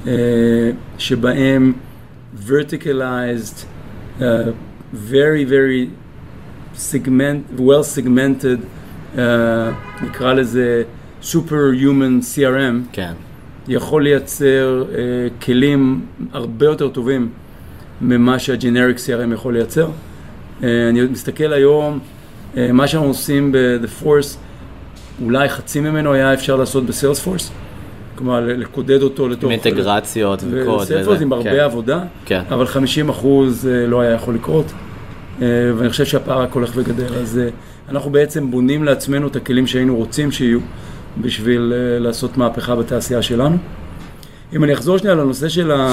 שבהם verticalized, very very well segmented, נקרא לזה superhuman CRM, כן. יכול לייצר כלים הרבה יותר טובים ממה שהג'נריק CRM יכול לייצר. אני מסתכל היום, מה שאנחנו עושים ב-The Force, אולי חצי ממנו היה אפשר לעשות ב-Salesforce, כלומר לקודד אותו לתוך... עם אינטגרציות וקוד. ו-Salesforce עם הרבה עבודה, אבל 50% לא היה יכול לקרות, ואני חושב שהפער רק הולך וגדל. אז אנחנו בעצם בונים לעצמנו את הכלים שהיינו רוצים שיהיו, בשביל לעשות מהפכה בתעשייה שלנו. אם אני אחזור שנייה לנושא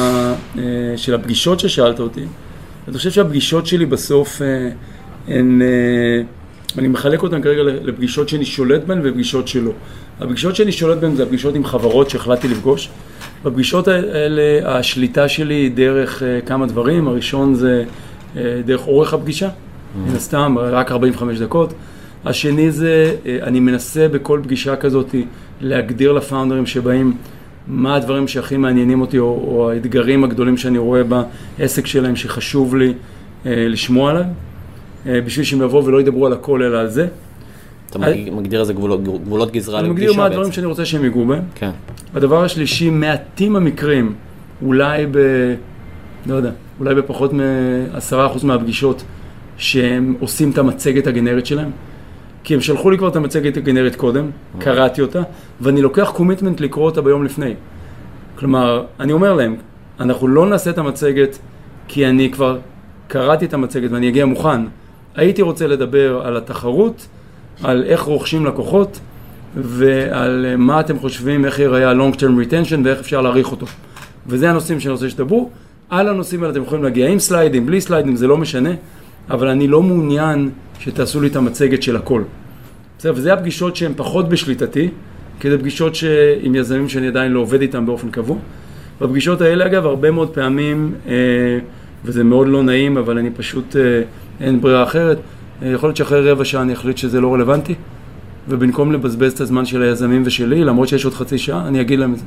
של הפגישות ששאלת אותי, אני חושב שהפגישות שלי בסוף הן... אני מחלק אותן כרגע לפגישות שאני שולט בהן ופגישות שלא. הפגישות שאני שולט בהן זה הפגישות עם חברות שהחלטתי לפגוש. בפגישות האלה השליטה שלי היא דרך כמה דברים. הראשון זה דרך אורך הפגישה, מן הסתם, רק 45 דקות. השני זה, אני מנסה בכל פגישה כזאת להגדיר לפאונדרים שבאים מה הדברים שהכי מעניינים אותי, או האתגרים הגדולים שאני רואה בעסק שלהם שחשוב לי לשמוע עליהם. בשביל שהם יבואו ולא ידברו על הכל אלא על זה. אתה מגדיר איזה גבולות גזרה לפגישה בעצם. אני מגדיר מה הדברים שאני רוצה שהם יגעו בהם. כן. הדבר השלישי, מעטים המקרים, אולי לא יודע, אולי בפחות מ10% מהפגישות, שהם עושים את המצגת הגנרית שלהם. כי הם שלחו לי כבר את המצגת הגנרית קודם, קראתי אותה, ואני לוקח קומיטמנט לקרוא אותה ביום לפני. כלומר, אני אומר להם, אנחנו לא נעשה את המצגת כי אני כבר קראתי את המצגת ואני אגיע מוכן. הייתי רוצה לדבר על התחרות, על איך רוכשים לקוחות, ועל מה אתם חושבים, איך ייראה ה-long term retention ואיך אפשר להעריך אותו. וזה הנושאים שאני רוצה שתדברו. על הנושאים האלה אתם יכולים להגיע עם סליידים, בלי סליידים, זה לא משנה, אבל אני לא מעוניין שתעשו לי את המצגת של הכל. וזה הפגישות שהן פחות בשליטתי, כדי פגישות עם יזמים שאני עדיין לא עובד איתם באופן קבוע. בפגישות האלה, אגב, הרבה מאוד פעמים, וזה מאוד לא נעים, אבל אני פשוט, אין ברירה אחרת. יכול להיות שאחרי רבע שעה אני אחליט שזה לא רלוונטי, ובמקום לבזבז את הזמן של היזמים ושלי, למרות שיש עוד חצי שעה, אני אגיד להם את זה.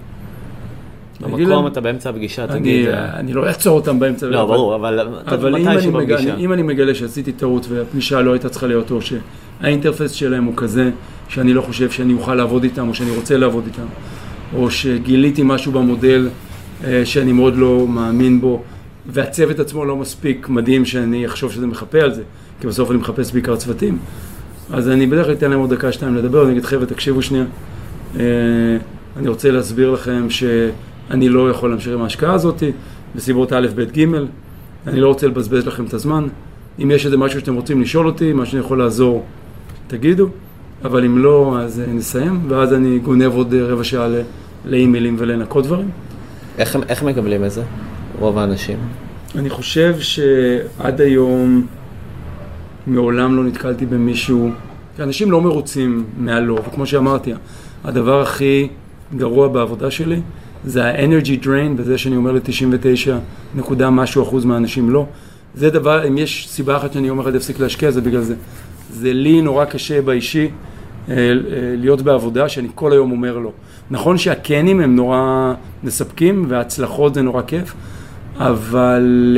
במקום אתה באמצע הפגישה, תגיד... אני לא אעצור אותם באמצע. לא, ברור, אבל מתי שבפגישה? אם אני מגלה שעשיתי טעות והפגישה לא הייתה צריכה להיות, או שהאינטרפס שלהם הוא כזה שאני לא חושב שאני אוכל לעבוד איתם, או שאני רוצה לעבוד איתם, או שגיליתי משהו במודל שאני מאוד לא מאמין בו, והצוות עצמו לא מספיק מדהים שאני אחשוב שזה מחפה על זה, כי בסוף אני מחפש בעיקר צוותים. אז אני בדרך כלל אתן להם עוד דקה שתיים לדבר, אני אגיד חבר'ה, תקשיבו שנייה. אני רוצה להסביר לכם שאני לא יכול להמשיך עם ההשקעה הזאת, בסיבות א', ב', ג', אני לא רוצה לבזבז לכם את הזמן. אם יש איזה משהו שאתם רוצים לשאול אותי, מה שאני יכול לעזור, תגידו, אבל אם לא, אז נסיים, ואז אני גונב עוד רבע שעה לאימיילים ולנקות דברים. איך מקבלים את זה? רוב האנשים? אני חושב שעד היום מעולם לא נתקלתי במישהו, אנשים לא מרוצים מעלו, וכמו שאמרתי, הדבר הכי גרוע בעבודה שלי זה ה-energy drain, וזה שאני אומר ל-99% מהאנשים לא. זה דבר, אם יש סיבה אחת שאני אומר להפסיק להשקיע, זה בגלל זה. זה לי נורא קשה באישי להיות בעבודה שאני כל היום אומר לו. נכון שהקנים הם נורא מספקים וההצלחות זה נורא כיף, אבל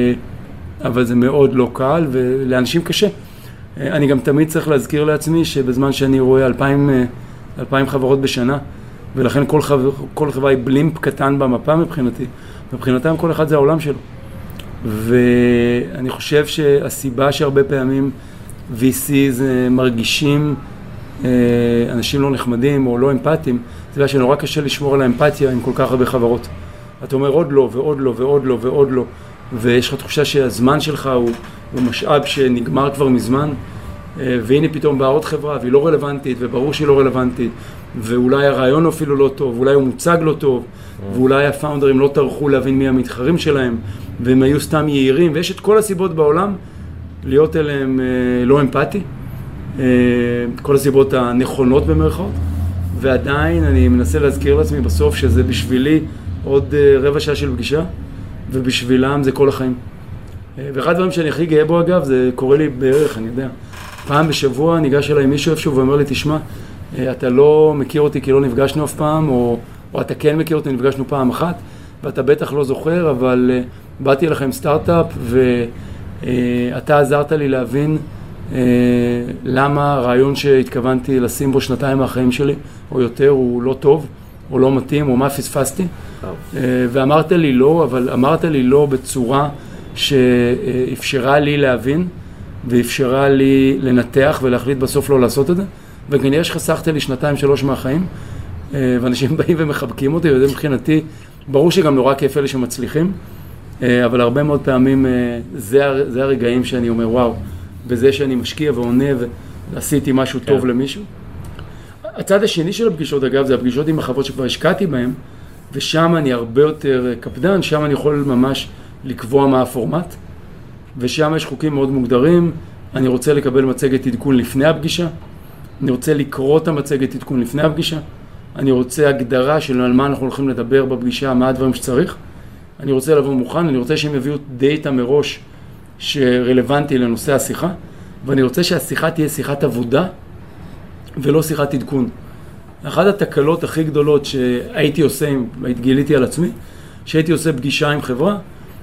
זה מאוד לא קל ולאנשים קשה. אני גם תמיד צריך להזכיר לעצמי שבזמן שאני רואה 2,000 חברות בשנה, ולכן כל חברה היא בלימפ קטן במפה מבחינתי. מבחינתם כל אחד זה העולם שלו. ואני חושב שהסיבה שהרבה פעמים VCs מרגישים אנשים לא נחמדים או לא אמפתיים, זה בגלל שנורא קשה לשמור על האמפתיה עם כל כך הרבה חברות. אתה אומר עוד לא ועוד לא ועוד לא ועוד לא, ויש לך תחושה שהזמן שלך הוא משאב שנגמר כבר מזמן, והנה פתאום באה עוד חברה, והיא לא רלוונטית, וברור שהיא לא רלוונטית, ואולי הרעיון אפילו לא טוב, ואולי הוא מוצג לא טוב, ואולי הפאונדרים לא טרחו להבין מי המתחרים שלהם, והם היו סתם יעירים, ויש את כל הסיבות בעולם להיות אליהם לא אמפתי, כל הסיבות הנכונות במרכאות, ועדיין אני מנסה להזכיר לעצמי בסוף שזה בשבילי עוד רבע שעה של פגישה, ובשבילם זה כל החיים. ואחד הדברים שאני הכי גאה בו אגב, זה קורה לי בערך, אני יודע, פעם בשבוע ניגש אליי מישהו איפשהו ואומר לי, תשמע, אתה לא מכיר אותי כי לא נפגשנו אף פעם, או אתה כן מכיר אותי, נפגשנו פעם אחת, ואתה בטח לא זוכר, אבל באתי אליך עם סטארט-אפ, ואתה עזרת לי להבין למה הרעיון שהתכוונתי לשים בו 2 מהחיים שלי, או יותר, הוא לא טוב, או לא מתאים, או מה פספסתי. ואמרת לי לא, אבל אמרת לי לא בצורה שאפשרה לי להבין, ואפשרה לי לנתח ולהחליט בסוף לא לעשות את זה. וכנראה שחסכת לי 2-3 מהחיים, ואנשים באים ומחבקים אותי, וזה מבחינתי, ברור שגם נורא כיף אלה שמצליחים, אבל הרבה מאוד פעמים זה הרגעים שאני אומר, וואו, בזה שאני משקיע ועונה ועשיתי משהו טוב למישהו. הצד השני של הפגישות, אגב, זה הפגישות עם החברות שכבר השקעתי בהן, ושם אני הרבה יותר קפדן, שם אני יכול ממש לקבוע מה הפורמט, ושם יש חוקים מאוד מוגדרים. אני רוצה לקבל מצגת עדכון לפני הפגישה, אני רוצה לקרוא את המצגת עדכון לפני הפגישה, אני רוצה הגדרה של על מה אנחנו הולכים לדבר בפגישה, מה הדברים שצריך, אני רוצה לבוא מוכן, אני רוצה שהם יביאו דאטה מראש שרלוונטי לנושא השיחה, ואני רוצה שהשיחה תהיה שיחת עבודה ולא שיחת עדכון. אחת התקלות הכי גדולות שהייתי עושה, גיליתי על עצמי, שהייתי עושה פגישה עם חברה,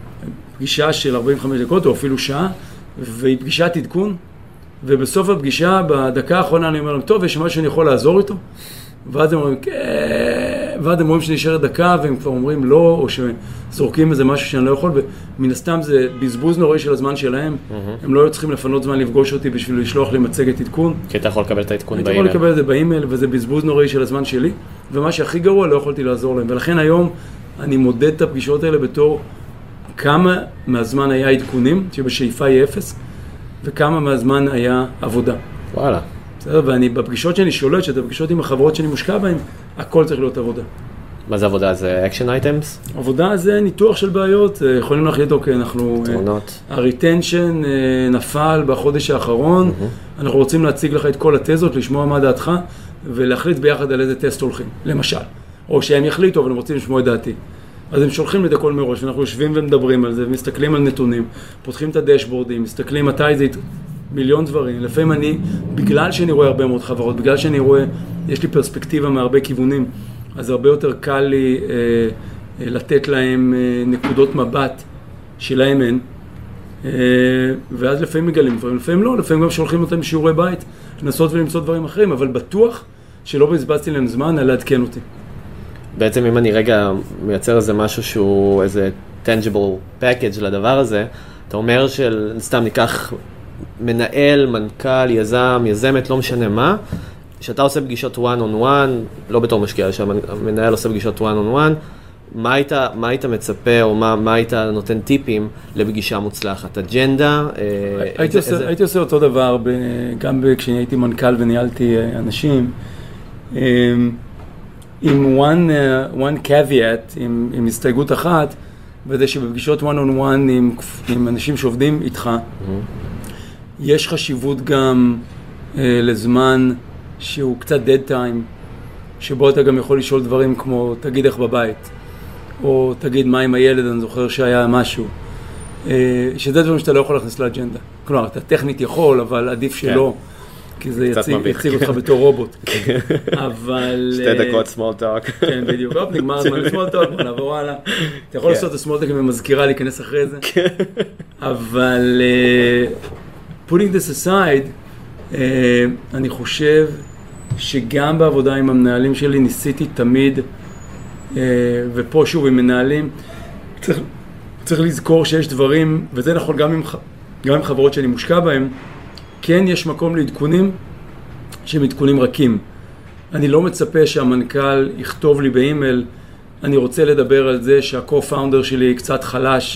פגישה של 45 דקות או אפילו שעה, והיא פגישת עדכון, ובסוף הפגישה, בדקה האחרונה אני אומר להם, טוב, יש משהו שאני יכול לעזור איתו? ואז הם אומרים, כן, ואז הם אומרים שנשארת דקה, והם כבר אומרים לא, או שזורקים איזה משהו שאני לא יכול, ומן הסתם זה בזבוז נוראי של הזמן שלהם, הם לא צריכים לפנות זמן לפגוש אותי בשביל לשלוח לי מצגת עדכון. כי אתה יכול לקבל את העדכון באימייל. אני יכול לקבל את זה באימייל, וזה בזבוז נוראי של הזמן שלי, ומה שהכי גרוע, לא יכולתי לעזור להם. ולכן היום אני מודד את הפגישות האלה בתור כמה מהזמן היה עדכונים, שבשאיפה היא 0, וכמה מהזמן היה עבודה. וואלה. בסדר, ואני בפגישות שאני שולט, שזה הפגישות עם החברות שאני מושקע בהן, הכל צריך להיות עבודה. מה זה עבודה? זה action items? עבודה זה ניתוח של בעיות, יכולים להחליט, אוקיי, אנחנו... תמונות. הריטנשן נפל בחודש האחרון, אנחנו רוצים להציג לך את כל התזות, לשמוע מה דעתך, ולהחליט ביחד על איזה טסט הולכים, למשל. או שהם יחליטו, אבל הם רוצים לשמוע את דעתי. אז הם שולחים לי את הכל מראש, ואנחנו יושבים ומדברים על זה, ומסתכלים על נתונים, פותחים את הדשבורדים, מסתכלים מתי זה... מיליון דברים. לפעמים אני, בגלל שאני רואה הרבה מאוד חברות, בגלל שאני רואה, יש לי פרספקטיבה מהרבה כיוונים, אז הרבה יותר קל לי לתת להם נקודות מבט שלהם אין, ואז לפעמים מגלים דברים, לפעמים לא, לפעמים גם שולחים אותם שיעורי בית, לנסות ולמצוא דברים אחרים, אבל בטוח שלא בזבזתי להם זמן על לעדכן אותי. בעצם אם אני רגע מייצר איזה משהו שהוא איזה tangible package לדבר הזה, אתה אומר שסתם ניקח מנהל, מנכ"ל, יזם, יזמת, לא משנה מה, שאתה עושה פגישות one on one, לא בתור משקיע, שהמנהל עושה פגישות one on one, מה היית מצפה או מה היית נותן טיפים לפגישה מוצלחת? אג'נדה? הייתי עושה אותו דבר, גם כשאני הייתי מנכ"ל וניהלתי אנשים, עם one caveat, עם הסתייגות אחת, וזה שבפגישות one on one עם אנשים שעובדים איתך, יש חשיבות גם לזמן שהוא קצת dead time, שבו אתה גם יכול לשאול דברים כמו, תגיד איך בבית, או תגיד מה עם הילד, אני זוכר שהיה משהו, שזה דברים שאתה לא יכול להכניס לאג'נדה. כלומר, אתה טכנית יכול, אבל עדיף שלא, כי זה יציג אותך בתור רובוט. אבל... 2 דקות small talk. כן, בדיוק. נגמר הזמן ל-small talk, בוא נעבור הלאה. אתה יכול לעשות את ה-small talk אם מזכירה להיכנס אחרי זה. אבל... putting this aside, אני חושב שגם בעבודה עם המנהלים שלי ניסיתי תמיד, ופה שוב עם מנהלים, צריך לזכור שיש דברים, וזה נכון גם עם חברות שאני מושקע בהם, כן יש מקום לעדכונים שהם עדכונים רכים. אני לא מצפה שהמנכ"ל יכתוב לי באימייל, אני רוצה לדבר על זה שה-co-founder שלי קצת חלש,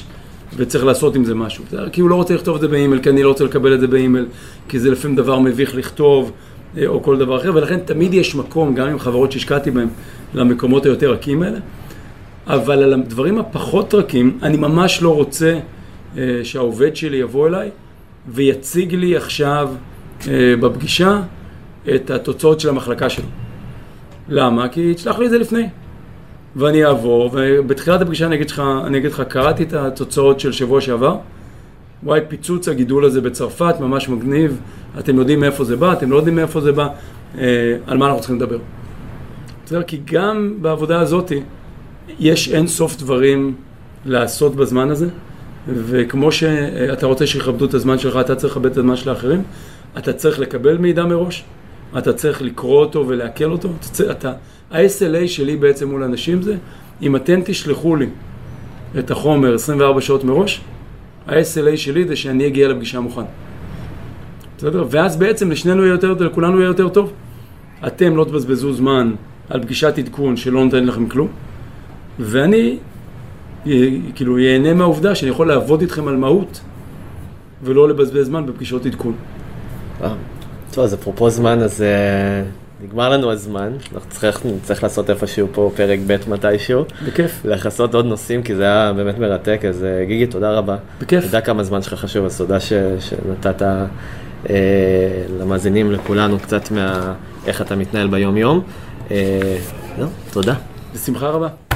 וצריך לעשות עם זה משהו. כי הוא לא רוצה לכתוב את זה באימייל, כי אני לא רוצה לקבל את זה באימייל, כי זה לפעמים דבר מביך לכתוב, או כל דבר אחר, ולכן תמיד יש מקום, גם עם חברות שהשקעתי בהם, למקומות היותר רכים האלה. אבל על הדברים הפחות רכים, אני ממש לא רוצה שהעובד שלי יבוא אליי, ויציג לי עכשיו בפגישה את התוצאות של המחלקה שלו. למה? כי תשלח לי את זה לפני. ואני אעבור, ובתחילת הפגישה אני אגיד לך, קראתי את התוצאות של שבוע שעבר, וואי, פיצוץ הגידול הזה בצרפת, ממש מגניב, אתם יודעים מאיפה זה בא, אתם לא יודעים מאיפה זה בא, על מה אנחנו צריכים לדבר. בסדר? כי גם בעבודה הזאת, יש אין סוף דברים לעשות בזמן הזה, וכמו שאתה רוצה שיכבדו את הזמן שלך, אתה צריך לכבד את הזמן של האחרים, אתה צריך לקבל מידע מראש, אתה צריך לקרוא אותו ולהקל אותו, ה-SLA שלי בעצם מול אנשים זה, אם אתם תשלחו לי את החומר 24 שעות מראש, ה-SLA שלי זה שאני אגיע לפגישה מוכן. בסדר? ואז בעצם לשנינו יהיה יותר טוב, לכולנו יהיה יותר טוב. אתם לא תבזבזו זמן על פגישת עדכון שלא נותן לכם כלום, ואני כאילו ייהנה מהעובדה שאני יכול לעבוד איתכם על מהות, ולא לבזבז זמן בפגישות עדכון. טוב, אז אפרופו זמן, אז נגמר לנו הזמן, אנחנו נצטרך לעשות איפשהו פה פרק ב' מתישהו. בכיף. לחסות עוד נושאים, כי זה היה באמת מרתק, אז גיגי, תודה רבה. בכיף. תדע כמה זמן שלך חשוב, אז תודה שנתת למאזינים, לכולנו, קצת איך אתה מתנהל ביום יום. תודה. בשמחה רבה.